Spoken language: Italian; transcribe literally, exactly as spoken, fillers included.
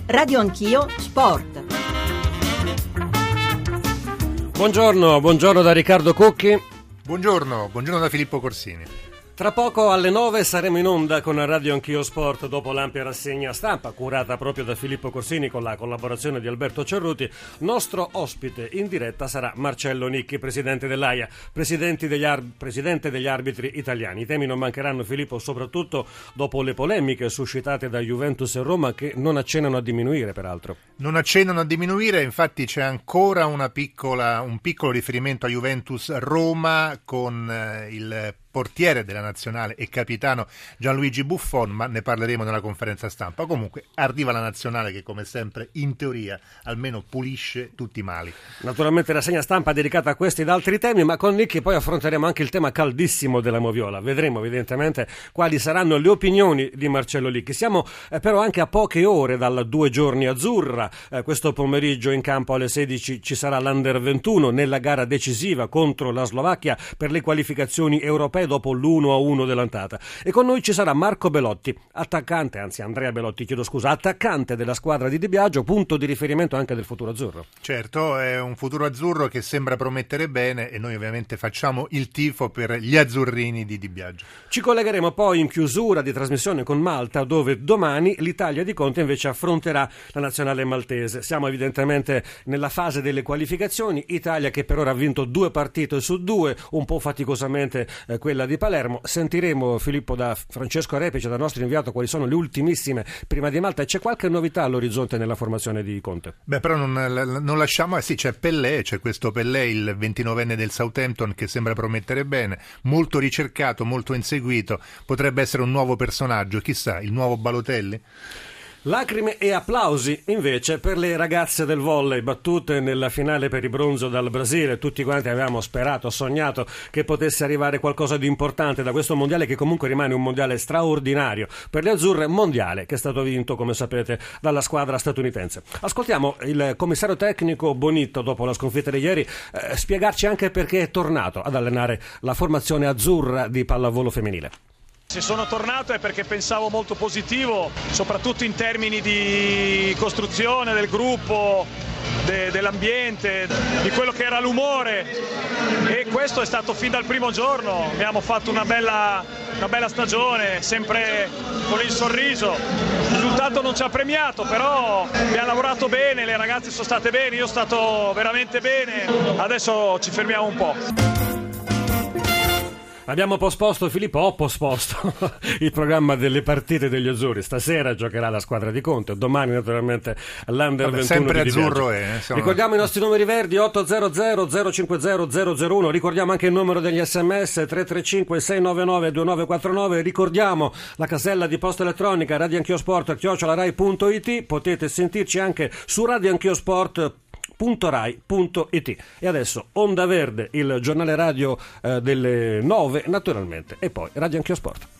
Radio Anch'io Sport. Buongiorno, buongiorno da Riccardo Cocchi. Buongiorno, buongiorno da Filippo Corsini. Tra poco alle nove saremo in onda con Radio Anch'io Sport dopo l'ampia rassegna stampa curata proprio da Filippo Corsini con la collaborazione di Alberto Cerruti. Nostro ospite in diretta sarà Marcello Nicchi, presidente dell'A I A, presidente degli, ar- presidente degli arbitri italiani. I temi non mancheranno, Filippo, soprattutto dopo le polemiche suscitate da Juventus e Roma, che non accennano a diminuire, peraltro. Non accennano a diminuire, infatti c'è ancora una piccola, un piccolo riferimento a Juventus-Roma con eh, il portiere della nazionale e capitano Gianluigi Buffon, ma ne parleremo nella conferenza stampa. Comunque arriva la nazionale che, come sempre, in teoria almeno pulisce tutti i mali. Naturalmente rassegna stampa dedicata a questi ed altri temi, ma con Nicchi poi affronteremo anche il tema caldissimo della Moviola. Vedremo evidentemente quali saranno le opinioni di Marcello Nicchi. Siamo eh, però anche a poche ore dal due giorni azzurra. Eh, questo pomeriggio in campo alle sedici ci sarà l'Under ventuno nella gara decisiva contro la Slovacchia per le qualificazioni europee dopo l'uno a uno dell'andata. E con noi ci sarà Marco Belotti, attaccante, anzi Andrea Belotti, chiedo scusa, attaccante della squadra di Di Biagio, punto di riferimento anche del futuro azzurro. Certo, è un futuro azzurro che sembra promettere bene e noi ovviamente facciamo il tifo per gli azzurrini di Di Biagio. Ci collegheremo poi in chiusura di trasmissione con Malta, dove domani l'Italia di Conte invece affronterà la nazionale maltese. Siamo evidentemente nella fase delle qualificazioni, Italia che per ora ha vinto due partite su due, un po' faticosamente eh, quella di Palermo. Sentiremo, Filippo, da Francesco Repice, dal nostro inviato, quali sono le ultimissime prima di Malta, e c'è qualche novità all'orizzonte nella formazione di Conte? Beh, però non, non lasciamo, eh sì, c'è Pellè, c'è questo Pellè, il ventinovenne del Southampton, che sembra promettere bene, molto ricercato, molto inseguito, potrebbe essere un nuovo personaggio, chissà, il nuovo Balotelli? Lacrime e applausi invece per le ragazze del volley battute nella finale per il bronzo dal Brasile. Tutti quanti avevamo sperato, sognato che potesse arrivare qualcosa di importante da questo mondiale, che comunque rimane un mondiale straordinario per le azzurre, mondiale che è stato vinto, come sapete, dalla squadra statunitense. Ascoltiamo il commissario tecnico Bonito dopo la sconfitta di ieri eh, spiegarci anche perché è tornato ad allenare la formazione azzurra di pallavolo femminile. Se sono tornato è perché pensavo molto positivo, soprattutto in termini di costruzione del gruppo, de, dell'ambiente, di quello che era l'umore, e questo è stato fin dal primo giorno. Abbiamo fatto una bella, una bella stagione, sempre con il sorriso. Il risultato non ci ha premiato, però abbiamo lavorato bene, le ragazze sono state bene, io sono stato veramente bene. Adesso ci fermiamo un po'. Abbiamo posposto, Filippo, ho posposto il programma delle partite degli azzurri. Stasera giocherà la squadra di Conte, domani naturalmente l'Under ventuno sempre di azzurro Di è, insomma. Ricordiamo i nostri numeri verdi otto zero zero zero cinque zero zero zero uno, ricordiamo anche il numero degli sms tre tre cinque sei nove nove due nove quattro nove, ricordiamo la casella di posta elettronica radioanchiosport chiocciola rai punto it, potete sentirci anche su radioanchiosport punto rai punto it. E adesso Onda Verde, il giornale radio eh, delle nove naturalmente, e poi Radio Anch'io Sport.